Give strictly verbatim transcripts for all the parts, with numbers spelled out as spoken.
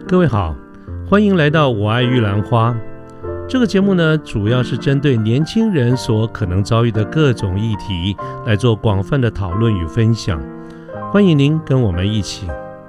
各位好，欢迎来到我爱玉兰花。这个节目呢，主要是针对年轻人所可能遭遇的各种议题来做广泛的讨论与分享。欢迎您跟我们一起。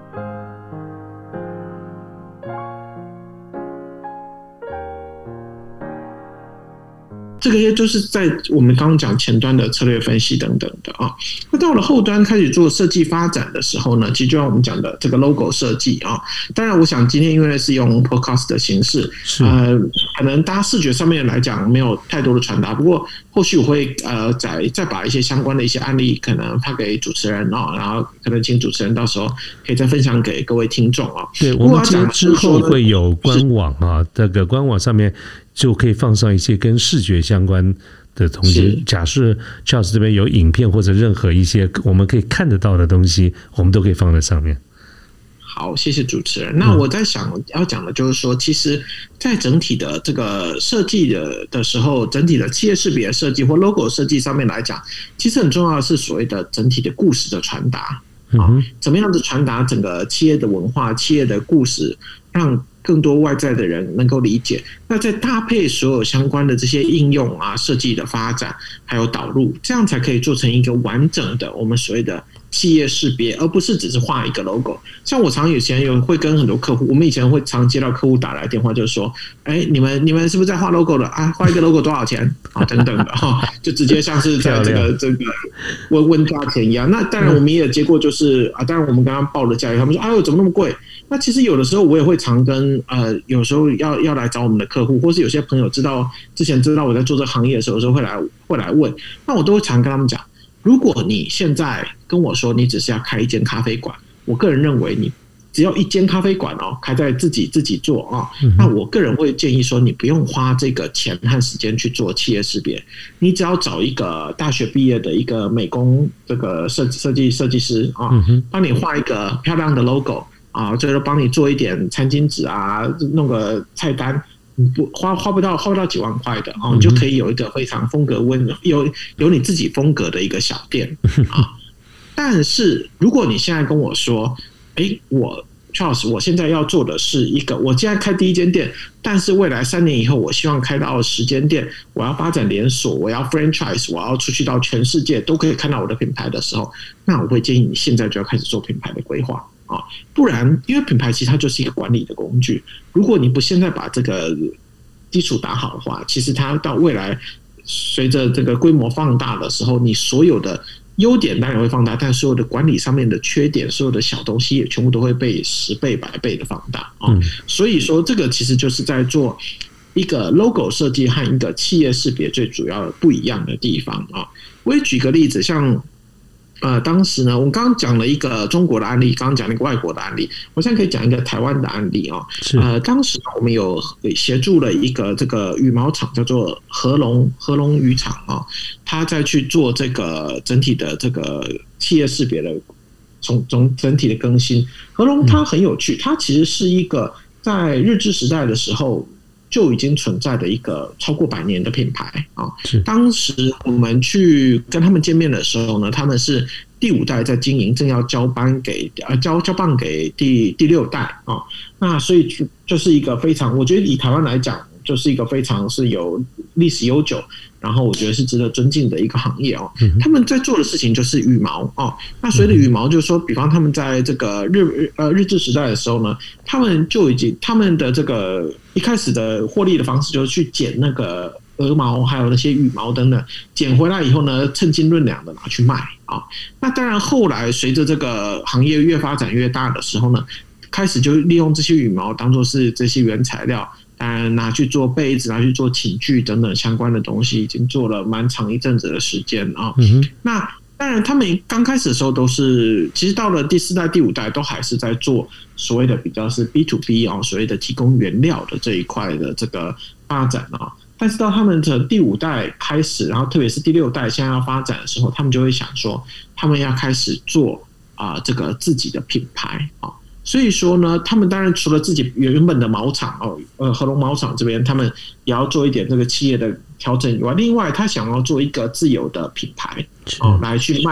这个就是在我们刚刚讲前端的策略分析等等的啊。那到了后端开始做设计发展的时候呢，其实就像我们讲的这个 logo 设计啊。当然，我想今天因为是用 podcast 的形式，呃，可能大家视觉上面来讲没有太多的传达。不过后续我会呃再再把一些相关的一些案例可能发给主持人啊，然后可能请主持人到时候可以再分享给各位听众啊。 对，我们讲之后会有官网啊，这个官网上面就可以放上一些跟视觉相关的东西。假设 Charles 这边有影片或者任何一些我们可以看得到的东西，我们都可以放在上面。 好，谢谢主持人。那我在想要讲的就是说，其实在整体的这个设计的的时候，整体的企业识别设计或 logo 设计上面来讲，其实很重要的是所谓的整体的故事的传达啊，怎么样子传达整个企业的文化、企业的故事，让更多外在的人能够理解，那再搭配所有相关的这些应用啊、设计的发展，还有导入，这样才可以做成一个完整的我们所谓的企业识别，而不是只是画一个 logo。像我常以前有会跟很多客户，我们以前会常接到客户打来电话，就是说，哎，你们你们是不是在画 logo 的啊？画一个 logo 多少钱啊？等等的哈，就直接像是在这个这个问问价钱一样。那当然我们也接过，就是啊，当然我们刚刚报的价格，他们说，哎呦，怎么那么贵？那其实有的时候我也会常跟呃，有时候要要来找我们的客户，或是有些朋友知道之前知道我在做这个行业的时候，有时候会来会来问，那我都会常跟他们讲，如果你现在跟我说你只是要开一间咖啡馆，我个人认为你只要一间咖啡馆哦，开在自己自己做啊，那我个人会建议说，你不用花这个钱和时间去做企业识别，你只要找一个大学毕业的一个美工这个设设计设计师啊，帮你画一个漂亮的 logo。啊，就是帮你做一点餐巾纸啊，弄个菜单，不花花不到花不到几万块的啊，你就可以有一个非常风格温有有你自己风格的一个小店啊。但是如果你现在跟我说，哎，我 Charles， 我现在要做的是一个，我现在开第一间店，但是未来三年以后，我希望开到十间店，我要发展连锁，我要 franchise， 我要出去到全世界都可以看到我的品牌的时候，那我会建议你现在就要开始做品牌的规划。啊，不然，因为品牌其实它就是一个管理的工具。如果你不现在把这个基础打好的话，其实它到未来随着这个规模放大的时候，你所有的优点当然会放大，但所有的管理上面的缺点，所有的小东西也全部都会被十倍、百倍的放大啊。所以说，这个其实就是在做一个 logo 设计和一个企业识别最主要的不一样的地方啊。我也举个例子，像。呃，当时呢，我们刚刚讲了一个中国的案例，刚刚讲了一个外国的案例，我现在可以讲一个台湾的案例啊。呃，当时我们有协助了一个这个羽毛厂，叫做和龙和龙羽厂啊，他在去做这个整体的这个企业识别的从从整体的更新。和龙它很有趣，它其实是一个在日治时代的时候就已经存在的一个超过百年的品牌啊！当时我们去跟他们见面的时候呢，他们是第五代在经营，正要交班给呃交交棒给第第六代啊。那所以就是一个非常，我觉得以台湾来讲，就是一个非常是有历史悠久，然后我觉得是值得尊敬的一个行业哦。他们在做的事情就是羽毛哦。那所谓的羽毛，就是说，比方他们在这个日呃日治时代的时候呢，他们就已经他们的这个一开始的获利的方式就是去剪那个鹅毛，还有那些羽毛等等，剪回来以后呢，称斤论两的拿去卖啊。那当然后来随着这个行业越发展越大的时候呢，开始就利用这些羽毛当作是这些原材料。当然拿去做被子，拿去做寝具等等相关的东西，已经做了蛮长一阵子的时间啊。嗯、那当然，他们刚开始的时候都是，其实到了第四代、第五代，都还是在做所谓的比较是 B to B 啊，所谓的提供原料的这一块的这个发展啊。但是到他们的第五代开始，然后特别是第六代现在要发展的时候，他们就会想说，他们要开始做啊、呃、这个自己的品牌啊。所以说呢，他们当然除了自己原本的毛厂哦，呃，和龙毛厂这边，他们也要做一点这个企业的调整以外，另外他想要做一个自有的品牌哦，来去卖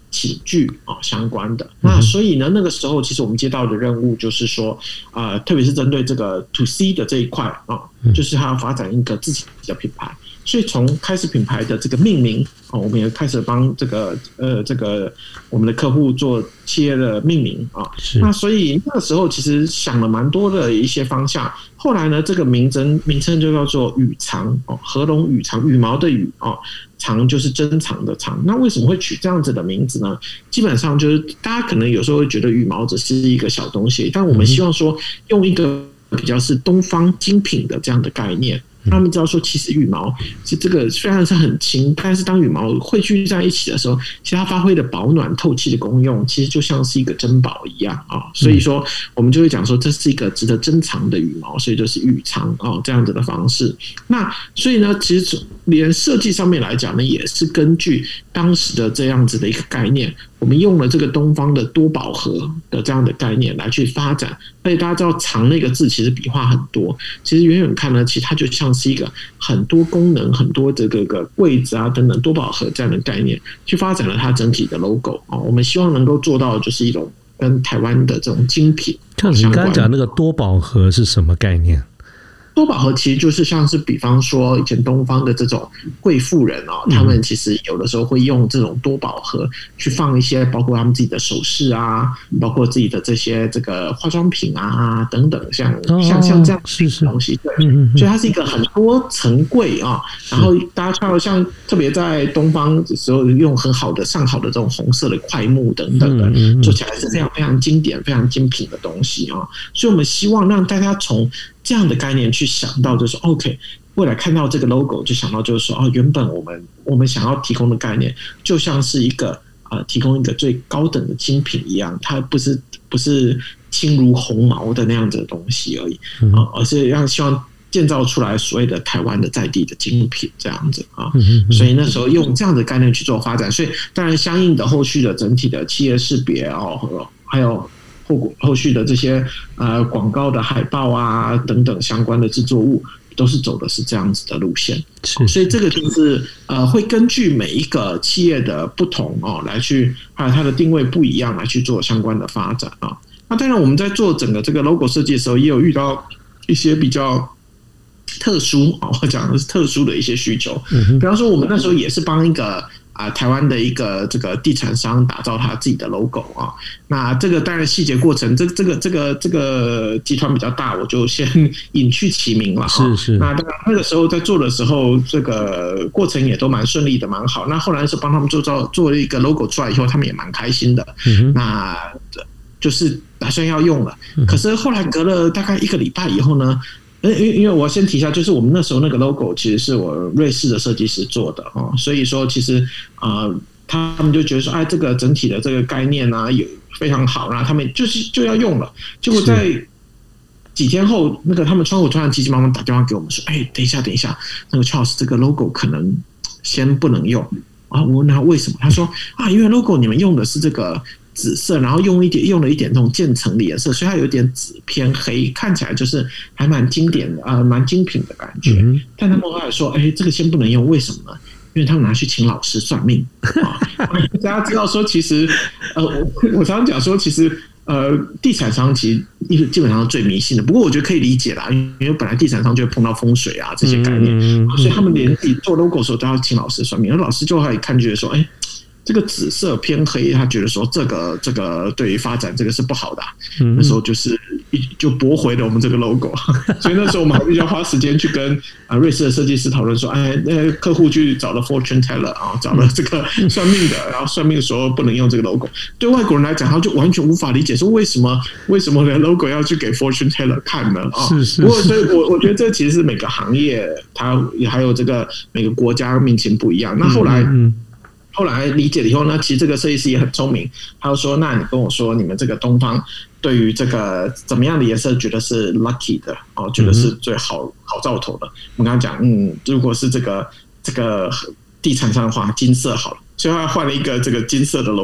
寝具啊相关的。那所以呢，那个时候其实我们接到的任务就是说，呃，特别是针对这个 to C 的这一块啊，就是它要发展一个自己的品牌。所以从开始品牌的这个命名啊，我们也开始帮这个呃这个我们的客户做企业的命名啊。那所以那个时候其实想了蛮多的一些方向。后来呢，这个名称名称就叫做羽藏哦，合龙羽藏，羽毛的羽哦，藏就是珍藏的藏。那为什么会取这样子的名字呢？基本上就是大家可能有时候会觉得羽毛只是一个小东西，但我们希望说用一个比较是东方精品的这样的概念。他们知道说，其实羽毛是这个虽然是很轻，但是当羽毛汇聚在一起的时候，其实它发挥的保暖透气的功用，其实就像是一个珍宝一样啊。所以说，我们就会讲说，这是一个值得珍藏的羽毛，所以就是羽藏啊这样子的方式。那所以呢，其实连设计上面来讲呢，也是根据当时的这样子的一个概念，我们用了这个东方的多宝盒的这样的概念来去发展。而且大家知道“藏”那个字其实笔画很多，其实远远看呢，其实它就像是一个很多功能、很多这个个柜子啊等等多宝盒这样的概念，去发展了它整体的 logo 啊。我们希望能够做到的就是一种跟台湾的这种精品相关。 你刚刚讲那个多宝盒是什么概念？ 多宝盒其实就是像是比方说以前东方的这种贵妇人哦，他们其实有的时候会用这种多宝盒去放一些包括他们自己的首饰啊，包括自己的这些这个化妆品啊等等，像像像这样的东西，对，所以它是一个很多层柜啊。然后大家看到像特别在东方的时候用很好的上好的这种红色的檜木等等的，做起来是非常非常经典、非常精品的东西啊。所以我们希望让大家从这样的概念去想到，就是 OK， 未来看到这个 logo 就想到就是说，哦，原本我们我们想要提供的概念，就像是一个呃提供一个最高等的精品一样，它不是不是轻如鸿毛的那样子的东西而已啊、呃，而是让希望建造出来所谓的台湾的在地的精品这样子啊。所以那时候用这样的概念去做发展，所以当然相应的后续的整体的企业识别哦，还有后后续的这些呃广告的海报啊等等相关的制作物，都是走的是这样子的路线。所以这个就是呃会根据每一个企业的不同哦来去，还有它的定位不一样来去做相关的发展啊。那当然我们在做整个这个 logo 设计的时候，也有遇到一些比较特殊啊，我讲的是特殊的一些需求。比方说我们那时候也是帮一个啊，台湾的一个这个地产商打造他自己的 logo 啊，那这个当然细节过程，这这个这个这个集团比较大，我就先隐去其名了。 是是。 那当然那个时候在做的时候，这个过程也都蛮顺利的，蛮好。那后来是帮他们做造做了一个 logo 出来以后，他们也蛮开心的。嗯、那就是打算要用了，可是后来隔了大概一个礼拜以后呢。因为因为我先提一下，就是我们那时候那个 logo 其实是我瑞士的设计师做的哦，所以说其实啊、呃，他们就觉得说，哎，这个整体的这个概念啊，也非常好，然后他们就是就要用了。结果在几天后，那个他们窗口突然急急忙忙打电话给我们说，哎，等一下，等一下，那个 Charles 这个 logo 可能先不能用啊。我问他为什么，他说啊，因为 logo 你们用的是这个紫色，然后用一点用了一点那种渐层的颜色，所以它有点紫偏黑，看起来就是还蛮经典的啊，蛮精品的感觉。嗯、但他们后来说，哎，这个先不能用，为什么呢？因为他们拿去请老师算命啊。大家知道说，其实呃，我我常常讲说，其实呃，地产商其实基本上是最迷信的。不过我觉得可以理解啦，因为本来地产商就会碰到风水啊这些概念，嗯、所以他们连自己做 logo 的时候都要请老师算命。而老师就会看觉得说，哎。这个紫色偏黑，他觉得说这个这个对于发展这个是不好的、啊，嗯、那时候就是就驳回了我们这个 logo， 所以那时候我们还必须要花时间去跟啊瑞士的设计师讨论说，哎，那客户去找了 fortune teller 啊，找了这个算命的，然后算命的时候不能用这个 logo， 对外国人来讲，他就完全无法理解说为什么为什么连 logo 要去给 fortune teller 看呢？啊，是是。不过所以我我觉得这其实是每个行业它还有这个每个国家民情不一样。那后来。嗯嗯后来理解了以后呢，其实这个设计师也很聪明，他就说：“那你跟我说，你们这个东方对于这个怎么样的颜色觉得是 lucky 的哦，觉得是最好好兆头的。”我们刚刚讲，嗯，如果是这个这个地产商的话，金色好了，所以他换了一个这个金色的 logo。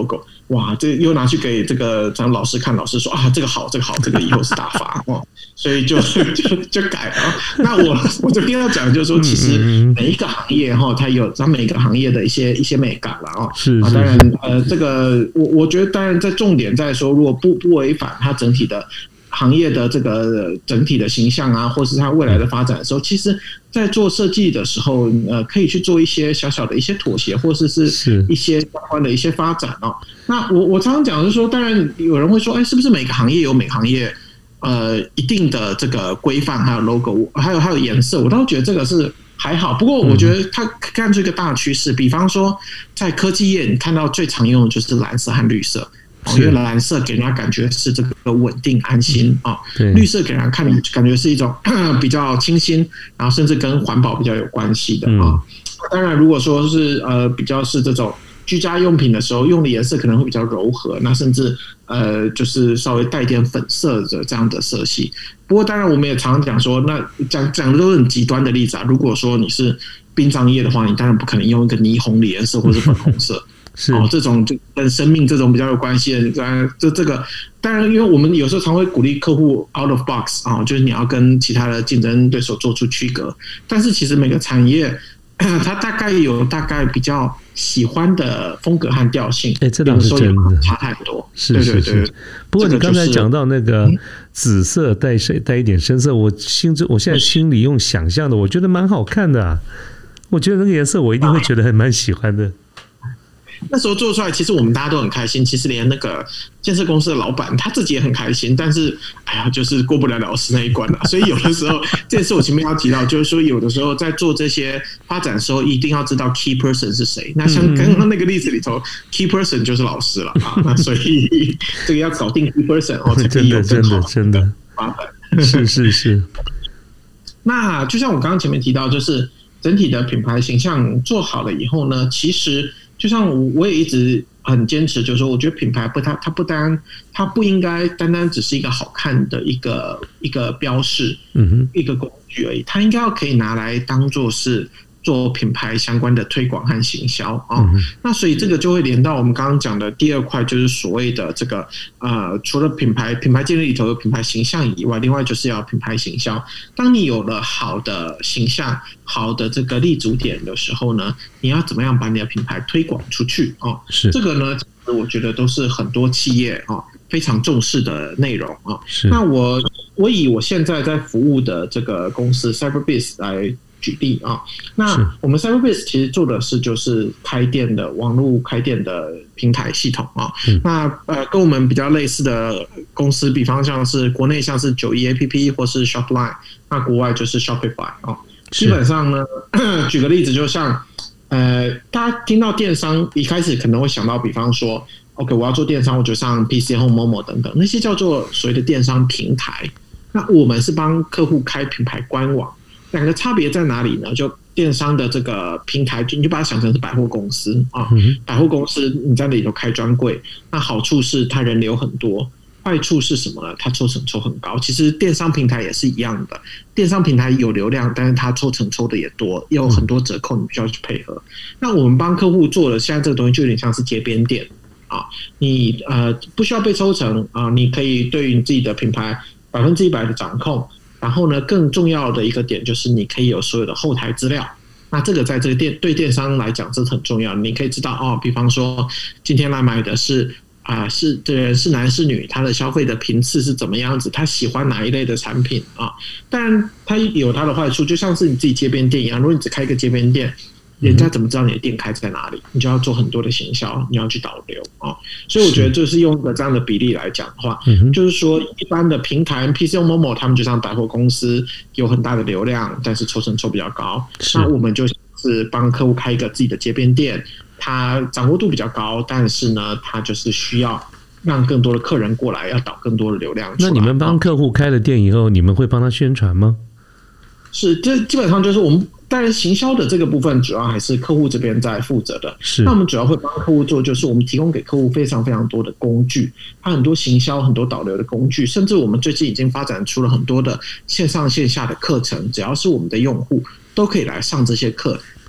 哇，这又拿去给这个咱老师看，老师说啊，这个好，这个好，这个以后是大法哦，所以就就就改了。那我我这边要讲的就是说，其实每一个行业哈，它有它每个行业的一些一些美感了哦。 是是是。 当然，呃，这个我我觉得，当然在重点在说，如果不不违反它整体的行业的这个整体的形象啊，或是它未来的发展的时候，其实在做设计的时候，呃，可以去做一些小小的一些妥协，或者是是一些相关的一些发展哦。那我我常常讲的是说，当然有人会说，哎，是不是每个行业有每个行业呃一定的这个规范，还有 logo， 还有还有颜色？我倒觉得这个是还好。不过我觉得它看出一个大趋势，比方说在科技业，你看到最常用的就是蓝色和绿色。因为蓝色给人家感觉是这个稳定安心啊，绿色给人家看感觉是一种比较清新，然后甚至跟环保比较有关系的啊。当然，如果说是呃比较是这种居家用品的时候，用的颜色可能会比较柔和，那甚至呃就是稍微带点粉色的这样的色系。不过，当然我们也常常讲说，那讲讲的都是很极端的例子啊。如果说你是殡葬业的话，你当然不可能用一个霓虹的颜色或是粉红色。 是哦，这种就跟生命这种比较有关系的，当然这这个当然，因为我们有时候常会鼓励客户 out of box 啊、哦，就是你要跟其他的竞争对手做出区隔。但是其实每个产业它大概有大概比较喜欢的风格和调性， 哎、欸，这倒是真的， 差太多。 是是是。对对对，不过你刚才讲到那个紫色带带一点深色，我心中我现在心里用想象的，我觉得蛮好看的、啊。我觉得那个颜色我一定会觉得还蛮喜欢的。 那时候做出来，其实我们大家都很开心。其实连那个建设公司的老板他自己也很开心，但是哎呀，就是过不了老师那一关了。所以有的时候，这次我前面要提到，就是说有的时候在做这些发展的时候，一定要知道 key person 是谁。那像刚刚那个例子里头、嗯、，key person 就是老师了啊。那所以这个要搞定 key person 哦，才可以有更好的发展。 是是是。 那就像我刚刚前面提到，就是整体的品牌形象做好了以后呢，其实。就像我也一直很坚持，就是说，我觉得品牌不，它它不单，它不应该单单只是一个好看的一个一个标示，嗯哼，一个工具而已，它应该要可以拿来当做是做品牌相关的推广和行销啊、哦嗯。那所以这个就会连到我们刚刚讲的第二块，就是所谓的这个呃，除了品牌品牌建立里头有品牌形象以外，另外就是要品牌行销。当你有了好的形象、好的这个立足点的时候呢，你要怎么样把你的品牌推广出去啊、哦？是这个呢，我觉得都是很多企业啊、哦、非常重视的内容啊、哦。那我我以我现在在服务的这个公司 Cyberbiz 来举例啊，那我们 Cyberbiz 其实做的是就是开店的网络开店的平台系统啊。那呃跟我们比较类似的公司，比方像是国内像是九一 A P P 或是 Shopline， 那国外就是 Shopify 啊。基本上呢，举个例子，就像呃大家听到电商一开始可能会想到，比方说 OK 我要做电商，我就上 P C Home Momo 等等，那些叫做所谓的电商平台。那我们是帮客户开品牌官网。两个差别在哪里呢？就电商的这个平台，你就把它想成是百货公司啊。百货公司你在里头开专柜，那好处是它人流很多，坏处是什么呢？它抽成抽很高。其实电商平台也是一样的，电商平台有流量，但是它抽成抽的也多，也有很多折扣，你必须要去配合。那我们帮客户做的现在这个东西就有点像是街边店啊，你呃不需要被抽成啊，你可以对于你自己的品牌百分之一百的掌控。然后呢，更重要的一个点就是你可以有所有的后台资料。那这个在这个电对电商来讲这是很重要，你可以知道哦，比方说今天来买的是啊、呃、是这个人是男是女，他的消费的频次是怎么样子，他喜欢哪一类的产品啊？当然它有它的坏处，就像是你自己街边店一样，如果你只开一个街边店。人家怎么知道你的店开在哪里？你就要做很多的行销，你要去导流啊、哦。所以我觉得就是用个这样的比例来讲的话，就是说一般的平台 P C Home Momo 他们就像百货公司有很大的流量，但是抽成抽比较高。那我们就是帮客户开一个自己的街边店，它掌握度比较高，但是呢，它就是需要让更多的客人过来，要导更多的流量出来。 那你们帮客户开了店以后，你们会帮他宣传吗？ 是，这基本上就是我们。当然，行销的这个部分主要还是客户这边在负责的。是，那我们主要会帮客户做，就是我们提供给客户非常非常多的工具，它很多行销、很多导流的工具，甚至我们最近已经发展出了很多的线上线下的课程，只要是我们的用户都可以来上这些课，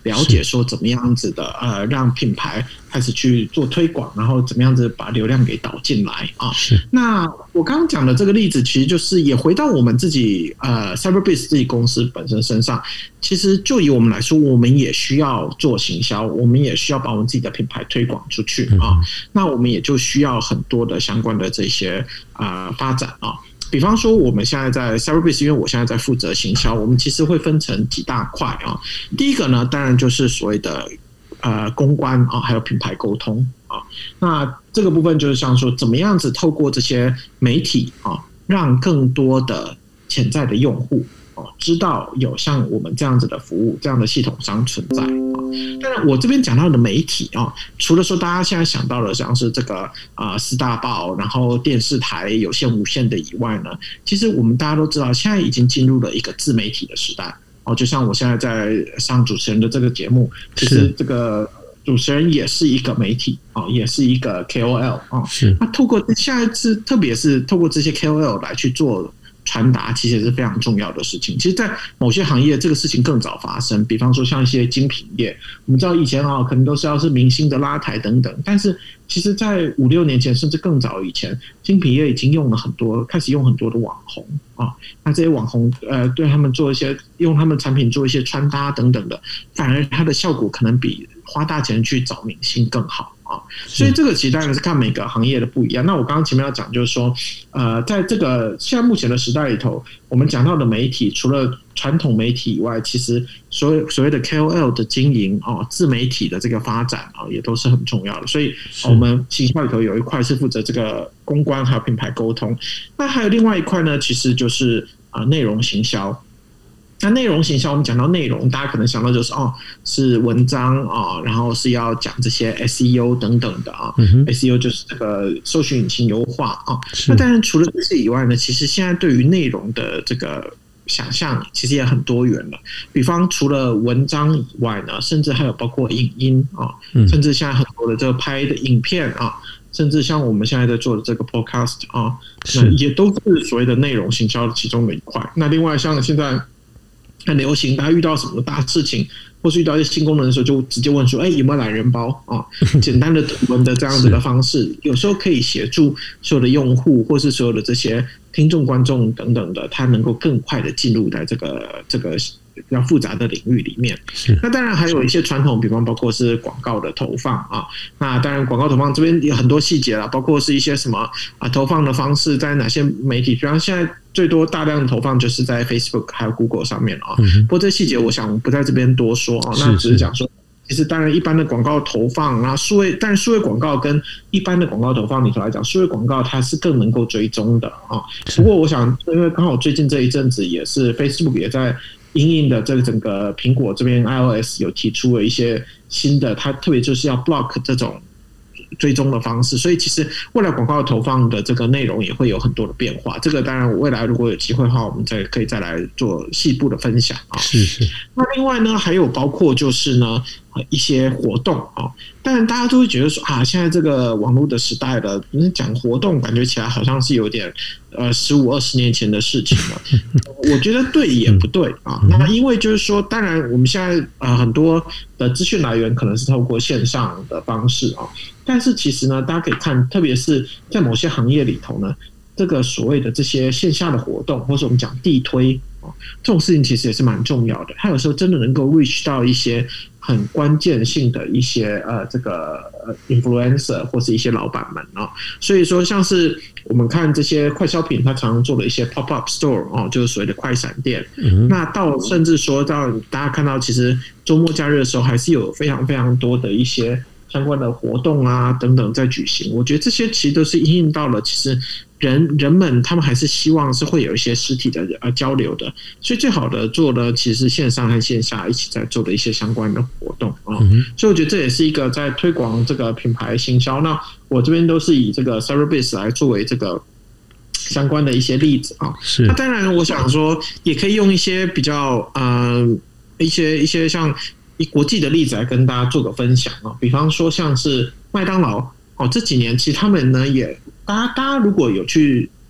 了解说怎么样子的呃让品牌开始去做推广，然后怎么样子把流量给导进来啊。那我刚刚讲的这个例子，其实就是也回到我们自己呃 Cyberbiz 自己公司本身身上。其实就以我们来说，我们也需要做行销，我们也需要把我们自己的品牌推广出去啊。那我们也就需要很多的相关的这些呃发展啊。比方说，我们现在在 Cyberbiz， 因为我现在在负责行销，我们其实会分成几大块啊。第一个呢，当然就是所谓的呃公关啊，还有品牌沟通啊。那这个部分就是像说，怎么样子透过这些媒体啊，让更多的潜在的用户知道有像我们这样子的服务，这样的系统商存在啊。当然，我这边讲到的媒体啊，除了说大家现在想到的像是这个啊四大报，然后电视台有线、无线的以外呢，其实我们大家都知道，现在已经进入了一个自媒体的时代哦。就像我现在在上主持人的这个节目，其实这个主持人也是一个媒体啊，也是一个 K O L 啊。是，那透过现在是特别是透过这些 K O L 来去做传达，其实是非常重要的事情。其实在某些行业这个事情更早发生，比方说像一些精品业，我们知道以前啊可能都是要是明星的拉抬等等，但是其实在五六年前甚至更早以前，精品业已经用了很多开始用很多的网红啊。那这些网红呃对他们做一些用他们产品做一些穿搭等等的，反而它的效果可能比花大钱去找明星更好啊。所以这个其实当然是看每个行业的不一样。那我刚刚前面要讲就是说，呃，在这个现在目前的时代里头，我们讲到的媒体，除了传统媒体以外，其实所谓所谓的 K O L 的经营啊，自媒体的这个发展啊，也都是很重要的。所以我们行销里头有一块是负责这个公关还有品牌沟通，那还有另外一块呢，其实就是啊内容行销。那内容行销，我们讲到内容，大家可能想到就是哦，是文章啊，然后是要讲这些 S E O 等等的啊。嗯、S E O 就是这个搜寻引擎优化啊。那当然除了这些以外呢，其实现在对于内容的这个想象其实也很多元了。比方除了文章以外呢，甚至还有包括影音啊，甚至现在很多的这个拍的影片啊。甚至像我们现在在做的这个 podcast 啊，那也都是所谓的内容行销的其中的一块。那另外像现在很流行，大家遇到什么大事情，或是遇到一些新功能的时候，就直接问说：“哎、欸，有没有懒人包啊？”简单的图文的这样子的方式，有时候可以协助所有的用户，或是所有的这些听众、观众等等的，他能够更快的进入在这个这个比较复杂的领域里面。那当然还有一些传统，比方包括是广告的投放啊。那当然广告投放这边有很多细节啦，包括是一些什么啊投放的方式，在哪些媒体，比方现在最多大量的投放就是在 Facebook 还有 Google 上面啊。不过这细节我想不在这边多说啊，那只是讲说。其实当然一般的广告投放啊，数位但是数位广告跟一般的广告投放里头来讲，数位广告它是更能够追踪的啊。不过我想，因为刚好最近这一阵子也是 Facebook 也在因应的这个整个苹果这边 iOS 有提出了一些新的，它特别就是要 block 这种追踪的方式，所以其实未来广告投放的这个内容也会有很多的变化。这个当然未来如果有机会的话，我们再可以再来做细部的分享啊。是是。那另外呢，还有包括就是呢一些活动啊。当然大家都会觉得说啊，现在这个网络的时代了，讲活动感觉起来好像是有点呃十五二十年前的事情了。我觉得对也不对啊。那因为就是说，当然我们现在呃很多的资讯来源可能是透过线上的方式啊。但是其实呢，大家可以看，特别是在某些行业里头呢，这个所谓的这些线下的活动，或者我们讲地推啊，这种事情其实也是蛮重要的。它有时候真的能够 reach 到一些很关键性的一些呃这个 influencer 或是一些老板们啊。所以说，像是我们看这些快消品，它常常做了一些 pop up store 哦，就是所谓的快闪店。嗯、那到甚至说到大家看到，其实周末假日的时候，还是有非常非常多的一些相关的活动啊等等在举行。我觉得这些其实都是因应到了，其实人人们他们还是希望是会有一些实体的呃交流的，所以最好的做的其实线上和线下一起在做的一些相关的活动啊。嗯、所以我觉得这也是一个在推广这个品牌行销。那我这边都是以这个 Cyberbiz 来作为这个相关的一些例子啊。是。那当然我想说也可以用一些比较呃一些一些像以国际的例子来跟大家做个分享啊。比方说像是麦当劳哦，这几年其实他们呢也，大家大家如果有去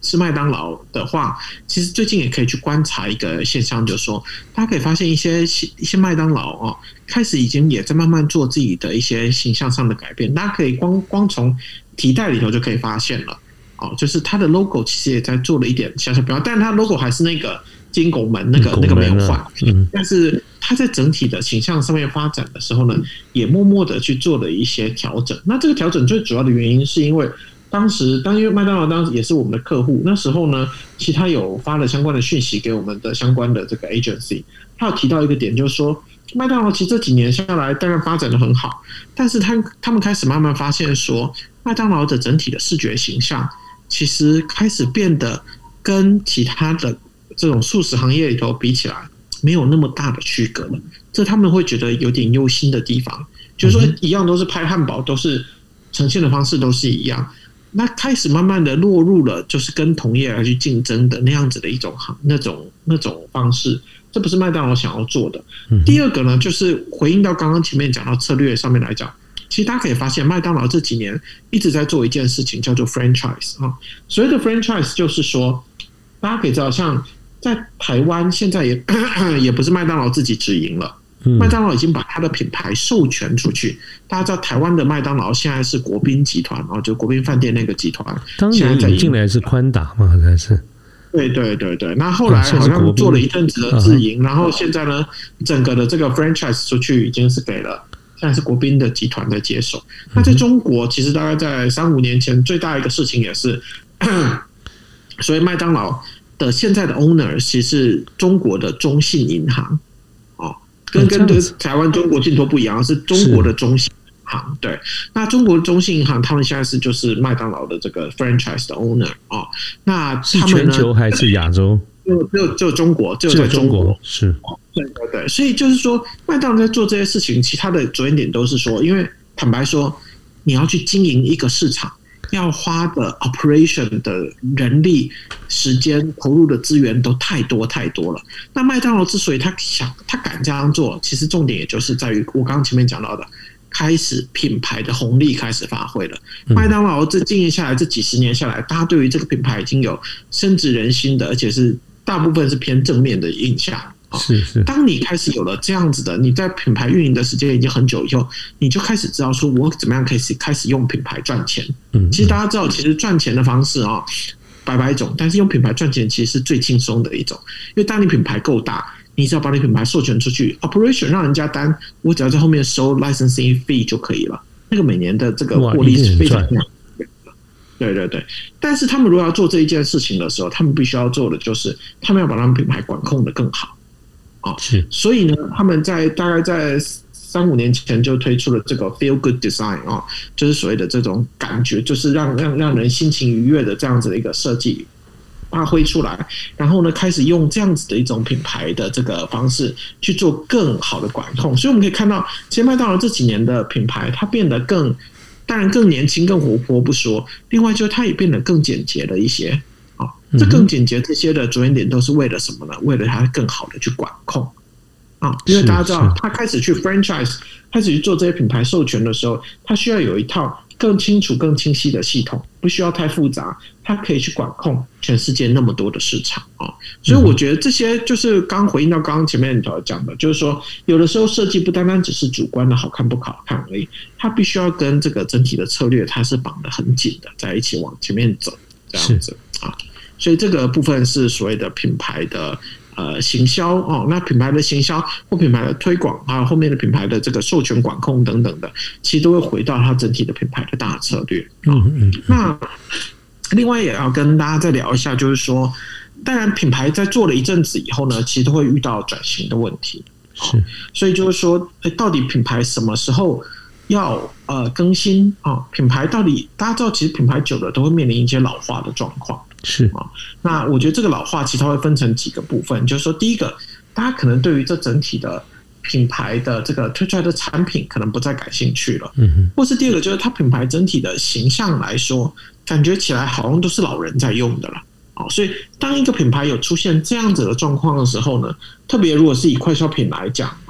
吃麦当劳的话，其实最近也可以去观察一个现象，就是说，大家可以发现一些一些麦当劳哦，开始已经也在慢慢做自己的一些形象上的改变。大家可以光光从提袋里头就可以发现了哦，就是它的 logo 其实也在做了一点小小变化，但是它 logo 还是那个金拱门那个那个没有换，嗯，但是它在整体的形象上面发展的时候呢，也默默的去做了一些调整。那这个调整最主要的原因是因为。当时，当因为麦当劳当时也是我们的客户，那时候呢，其实他有发了相关的讯息给我们的相关的这个 agency， 他有提到一个点，就是说麦当劳其实这几年下来当然发展的很好，但是他他们开始慢慢发现说，麦当劳的整体的视觉形象其实开始变得跟其他的这种速食行业里头比起来，没有那么大的区隔了，这他们会觉得有点忧心的地方，就是说一样都是拍汉堡，都是呈现的方式都是一样。那开始慢慢的落入了就是跟同业来去竞争的那样子的一种那种那种方式，这不是麦当劳想要做的。第二个呢，就是回应到刚刚前面讲到策略上面来讲，其实大家可以发现麦当劳这几年一直在做一件事情叫做 franchise 啊。所谓的 franchise 就是说，大家可以知道，像在台湾现在也也不是麦当劳自己直营了。麦当劳已经把它的品牌授权出去，大家知道台湾的麦当劳现在是国宾集团哦，就国宾饭店那个集团。 当年引进来是宽达嘛，还是？ 对对对对，那后来好像做了一阵子的自营，然后现在呢，整个的这个 franchise 出去已经是给了，现在是国宾的集团在接手。那在中国，其实大概在三五年前，最大一个事情也是，所以麦当劳的现在的 owner 其实是中国的中信银行。跟跟台湾中国信托不一样，是中国的中信银行。对，那中国的中信银行，他们现在是就是麦当劳的这个 franchise 的 owner 哦。那他们呢？ 全球还是亚洲？ 就就就中国，就在中国是。 对对对，所以就是说，麦当劳在做这些事情，其他的着眼点都是说，因为坦白说，你要去经营一个市场。要花的 operation 的人力、时间投入的资源都太多太多了。那麦当劳之所以他想、他敢这样做，其实重点也就是在于我刚刚前面讲到的，开始品牌的红利开始发挥了。麦当劳这经营下来这几十年下来，大家对于这个品牌已经有深植人心的，而且是大部分是偏正面的印象。 是是， 当你开始有了这样子的，你在品牌运营的时间已经很久以后，你就开始知道说，我怎么样开始开始用品牌赚钱。嗯，其实大家知道，其实赚钱的方式啊，百百种，但是用品牌赚钱其实是最轻松的一种，因为当你品牌够大，你只要把你品牌授权出去 ，operation 让人家担，我只要在后面收 licensing fee 就可以了，那个每年的这个获利是非常大。对对对，但是他们如果要做这一件事情的时候，他们必须要做的就是，他们要把他们品牌管控的更好。 是， 所以呢，他们在大概在三五年前就推出了这个 feel good design 啊，就是所谓的这种感觉，就是让让让人心情愉悦的这样子的一个设计发挥出来，然后呢，开始用这样子的一种品牌的这个方式去做更好的管控。所以我们可以看到，其实麦当劳这几年的品牌，它变得更，当然更年轻、更活泼不说，另外就是它也变得更简洁了一些。这更简洁，这些的着眼点都是为了什么呢？为了它更好的去管控啊！因为大家知道，他开始去 franchise， 开始去做这些品牌授权的时候，他需要有一套更清楚、更清晰的系统，不需要太复杂，它可以去管控全世界那么多的市场啊！所以我觉得这些就是刚回应到刚刚前面里头讲的，就是说，有的时候设计不单单只是主观的好看不好看而已，它必须要跟这个整体的策略它是绑得很紧的，在一起往前面走，这样子啊。所以这个部分是所谓的品牌的呃行销哦，那品牌的行销或品牌的推广啊，后面的品牌的这个授权管控等等的，其实都会回到它整体的品牌的大策略。嗯嗯。那另外也要跟大家再聊一下，就是说，当然品牌在做了一阵子以后呢，其实都会遇到转型的问题。是。所以就是说，到底品牌什么时候要呃更新啊？品牌到底大家知道，其实品牌久了都会面临一些老化的状况。是啊，那我觉得这个老化其实它会分成几个部分，就是说，第一个，大家可能对于这整体的品牌的这个推出来的产品可能不再感兴趣了，嗯，或是第二个就是它品牌整体的形象来说，感觉起来好像都是老人在用的了。哦，所以当一个品牌有出现这样子的状况的时候呢，特别如果是以快消品来讲啊，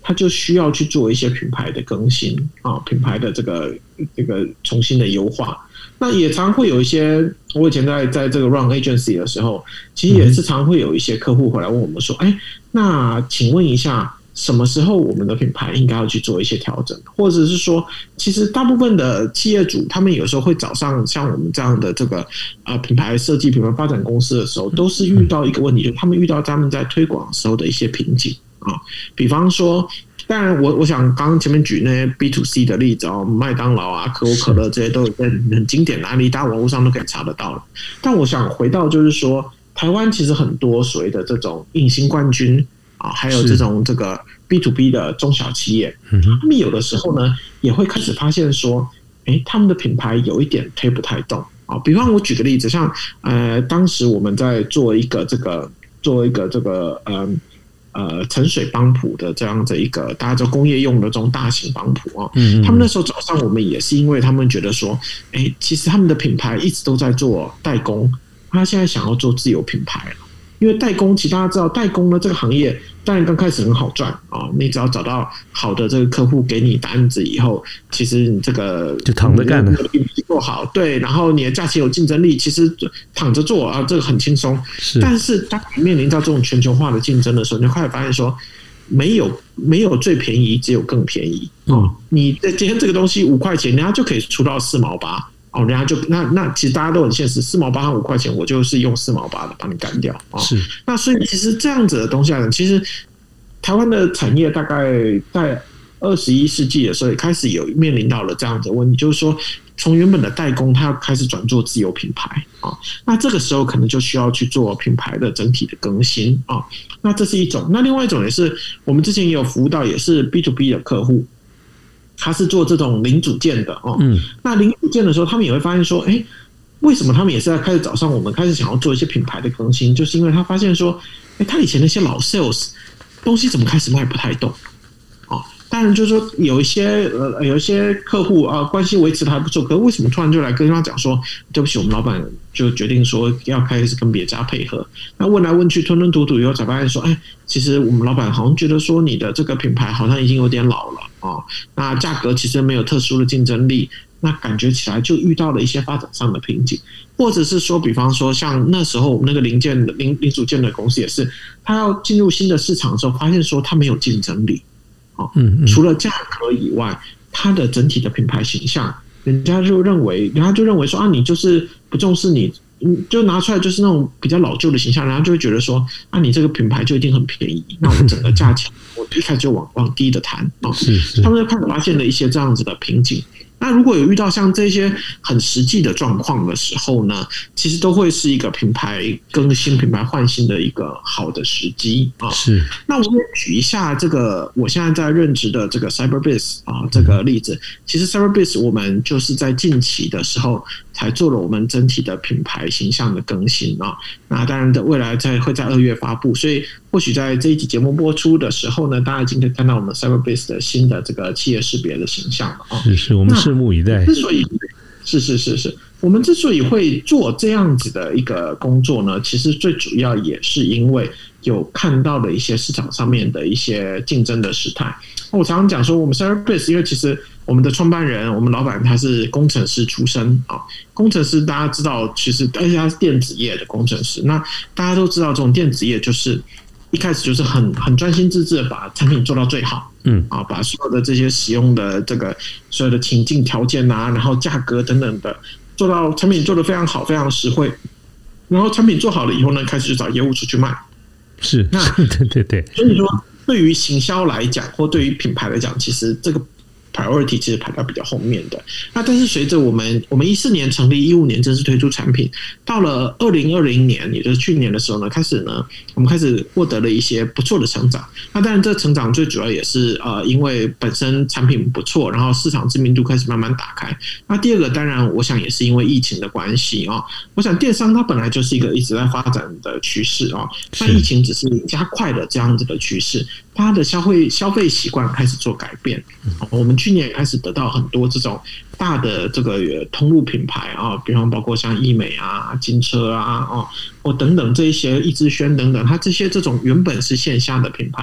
它就需要去做一些品牌的更新啊，品牌的这个这个重新的优化。那也常会有一些，我以前在在这个 run agency 的时候，其实也是常会有一些客户回来问我们说，哎，那请问一下，什么时候我们的品牌应该要去做一些调整，或者是说，其实大部分的企业主他们有时候会找上像我们这样的这个呃品牌设计、品牌发展公司的时候，都是遇到一个问题，就是他们遇到他们在推广的时候的一些瓶颈啊，比方说。当然我，我想刚刚前面举那些 B to C 的例子哦，麦当劳啊、可口可乐这些都有很经典的案例，大家网络上都可以查得到了。但我想回到就是说，台湾其实很多所谓的这种隐形冠军啊，还有这种这个 B to B 的中小企业，他们有的时候呢也会开始发现说，哎，他们的品牌有一点推不太动啊。比方我举个例子，像呃，当时我们在做一个这个做一个这个嗯。呃，沉水帮浦的这样的一个大家做工业用的这种大型帮浦啊，他们那时候找上我们也是因为他们觉得说，哎，其实他们的品牌一直都在做代工，他现在想要做自有品牌了。因为代工，其实大家知道，代工呢这个行业当然刚开始很好赚啊，你只要找到好的这个客户给你单子以后，其实你这个就躺着干了， 做好对，然后你的价钱有竞争力，其实躺着做啊，这个很轻松。但是当你面临到这种全球化的竞争的时候，你就开始发现说，没有没有最便宜，只有更便宜。嗯，你今天这个东西五块钱，人家就可以出到四毛八。哦，人家就那那其实大家都很现实，四毛八和五块钱，我就是用四毛八的把你干掉啊。是，那所以其实这样子的东西来讲，其实台湾的产业大概在二十一世纪的时候，也开始有面临到了这样子的问题，就是说从原本的代工，它要开始转做自有品牌啊。那这个时候可能就需要去做品牌的整体的更新啊。那这是一种，那另外一种也是我们之前也有服务到，也是 B to B 的客户。他是做这种零组件的哦，嗯，那零组件的时候，他们也会发现说，哎、欸，为什么他们也是在开始找上我们，开始想要做一些品牌的更新，就是因为他发现说，哎、欸，他以前那些老 sales 东西怎么开始卖不太动，哦，当然就是说有一些呃有一些客户啊、呃、关系维持的还不错，可是为什么突然就来跟他讲说，对不起，我们老板就决定说要开始跟别家配合，那问来问去吞吞吐吐以后才发现说，哎、欸，其实我们老板好像觉得说你的这个品牌好像已经有点老了。哦，那价格其实没有特殊的竞争力，那感觉起来就遇到了一些发展上的瓶颈，或者是说，比方说像那时候那个零件零零组件的公司也是，他要进入新的市场的时候，发现说他没有竞争力，哦，嗯，除了价格以外，它的整体的品牌形象，人家就认为，人家就认为说啊，你就是不重视你。就拿出来就是那种比较老旧的形象，然后就会觉得说，啊，你这个品牌就一定很便宜，那我整个价钱我一开始就往往低的谈啊。他们就开始发现了一些这样子的瓶颈。那如果有遇到像这些很实际的状况的时候呢，其实都会是一个品牌更新、品牌换新的一个好的时机啊。是。那我也举一下这个我现在在任职的这个 Cyberbiz 啊这个例子。其实 Cyberbiz 我们就是在近期的时候才做了我们整体的品牌形象的更新啊。那当然的未来在会在二月发布，所以或许在这一集节目播出的时候呢，大家已经可以看到我们 Cyberbiz 的新的这个企业识别的形象了啊。 是是，我们拭目以待。 之所以是是是是，我们之所以会做这样子的一个工作呢，其实最主要也是因为有看到了一些市场上面的一些竞争的时态。我常常讲说，我们 Cyberbiz 因为其实我们的创办人，我们老板他是工程师出身啊，工程师大家知道，其实而且他是电子业的工程师，那大家都知道这种电子业就是一开始就是很很专心致志的把产品做到最好，嗯啊，把所有的这些使用的这个所有的情境条件啊，然后价格等等的做到产品做得非常好，非常实惠，然后产品做好了以后呢，开始就找业务出去卖。 是，那对对对， 所以说对于行销来讲，或对于品牌来讲，其实这个priority 其实排到比较后面的。那但是随着我们我们一四年成立，一五年正式推出产品，到了二零二零年，也就是去年的时候呢，开始呢，我们开始获得了一些不错的成长。那当然，这成长最主要也是呃，因为本身产品不错，然后市场知名度开始慢慢打开。那第二个，当然我想也是因为疫情的关系啊、哦。我想电商它本来就是一个一直在发展的趋势啊，那疫情只是加快了这样子的趋势。大家的消费消费习惯开始做改变，我们去年也开始得到很多这种大的这个通路品牌啊，比方包括像易美啊、金车啊、哦或等等这一些易之轩等等，它这些这种原本是线下的品牌，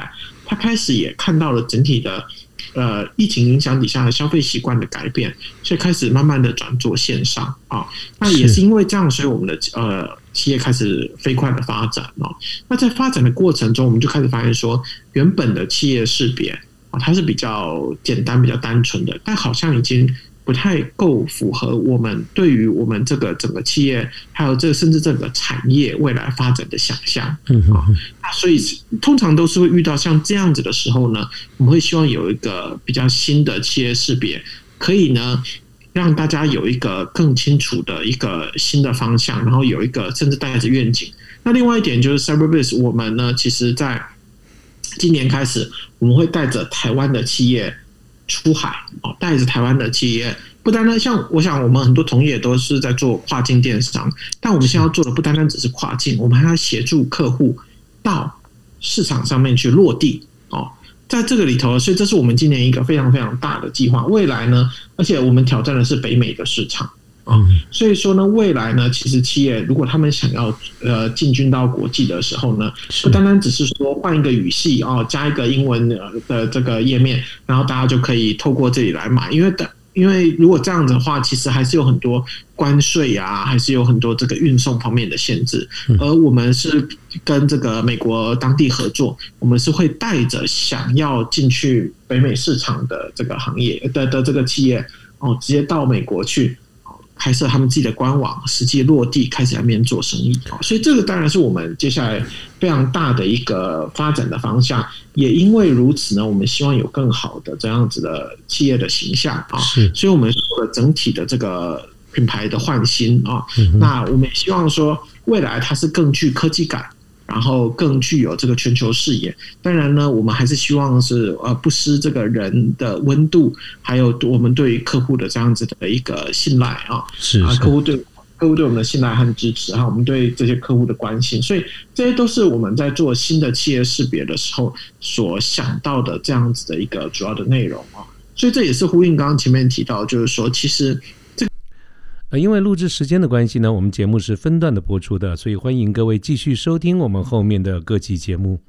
他开始也看到了整体的呃疫情影响底下的消费习惯的改变，所以开始慢慢的转做线上啊。那也是因为这样，所以我们的呃企业开始飞快的发展哦。那在发展的过程中，我们就开始发现说，原本的企业识别啊，它是比较简单、比较单纯的，但好像已经不太够符合我们对于我们这个整个企业，还有这甚至整个产业未来发展的想象啊。那所以通常都是会遇到像这样子的时候呢，我们会希望有一个比较新的企业识别，可以呢让大家有一个更清楚的一个新的方向，然后有一个甚至带着愿景。那另外一点就是 Cyberbiz， 我们呢其实在今年开始，我们会带着台湾的企业出海，带着台湾的企业，不单单像我想我们很多同业都是在做跨境电商，但我们现在要做的不单单只是跨境，我们还要协助客户到市场上面去落地哦。在这个里头，所以这是我们今年一个非常非常大的计划。未来呢，而且我们挑战的是北美的市场啊，所以说呢，未来呢，其实企业如果他们想要呃进军到国际的时候呢，不单单只是说换一个语系哦，加一个英文的这个页面，然后大家就可以透过这里来买，因为的。因为如果这样子的话，其实还是有很多关税啊，还是有很多这个运送方面的限制。而我们是跟这个美国当地合作，我们是会带着想要进去北美市场的这个行业的的这个企业哦，直接到美国去开设他们自己的官网，实际落地开始在那边做生意。所以这个当然是我们接下来非常大的一个发展的方向。也因为如此呢，我们希望有更好的这样子的企业的形象啊，所以我们做了整体的这个品牌的换新啊。那我们也希望说，未来它是更具科技感，然后更具有这个全球视野。当然呢，我们还是希望是呃不失这个人的温度，还有我们对于客户的这样子的一个信赖啊， 是啊，客户对客户对我们的信赖和支持，还有我们对这些客户的关心，所以这些都是我们在做新的企业识别的时候所想到的这样子的一个主要的内容啊。所以这也是呼应刚刚前面提到，就是说其实。 呃，因为录制时间的关系呢，我们节目是分段的播出的，所以欢迎各位继续收听我们后面的各期节目。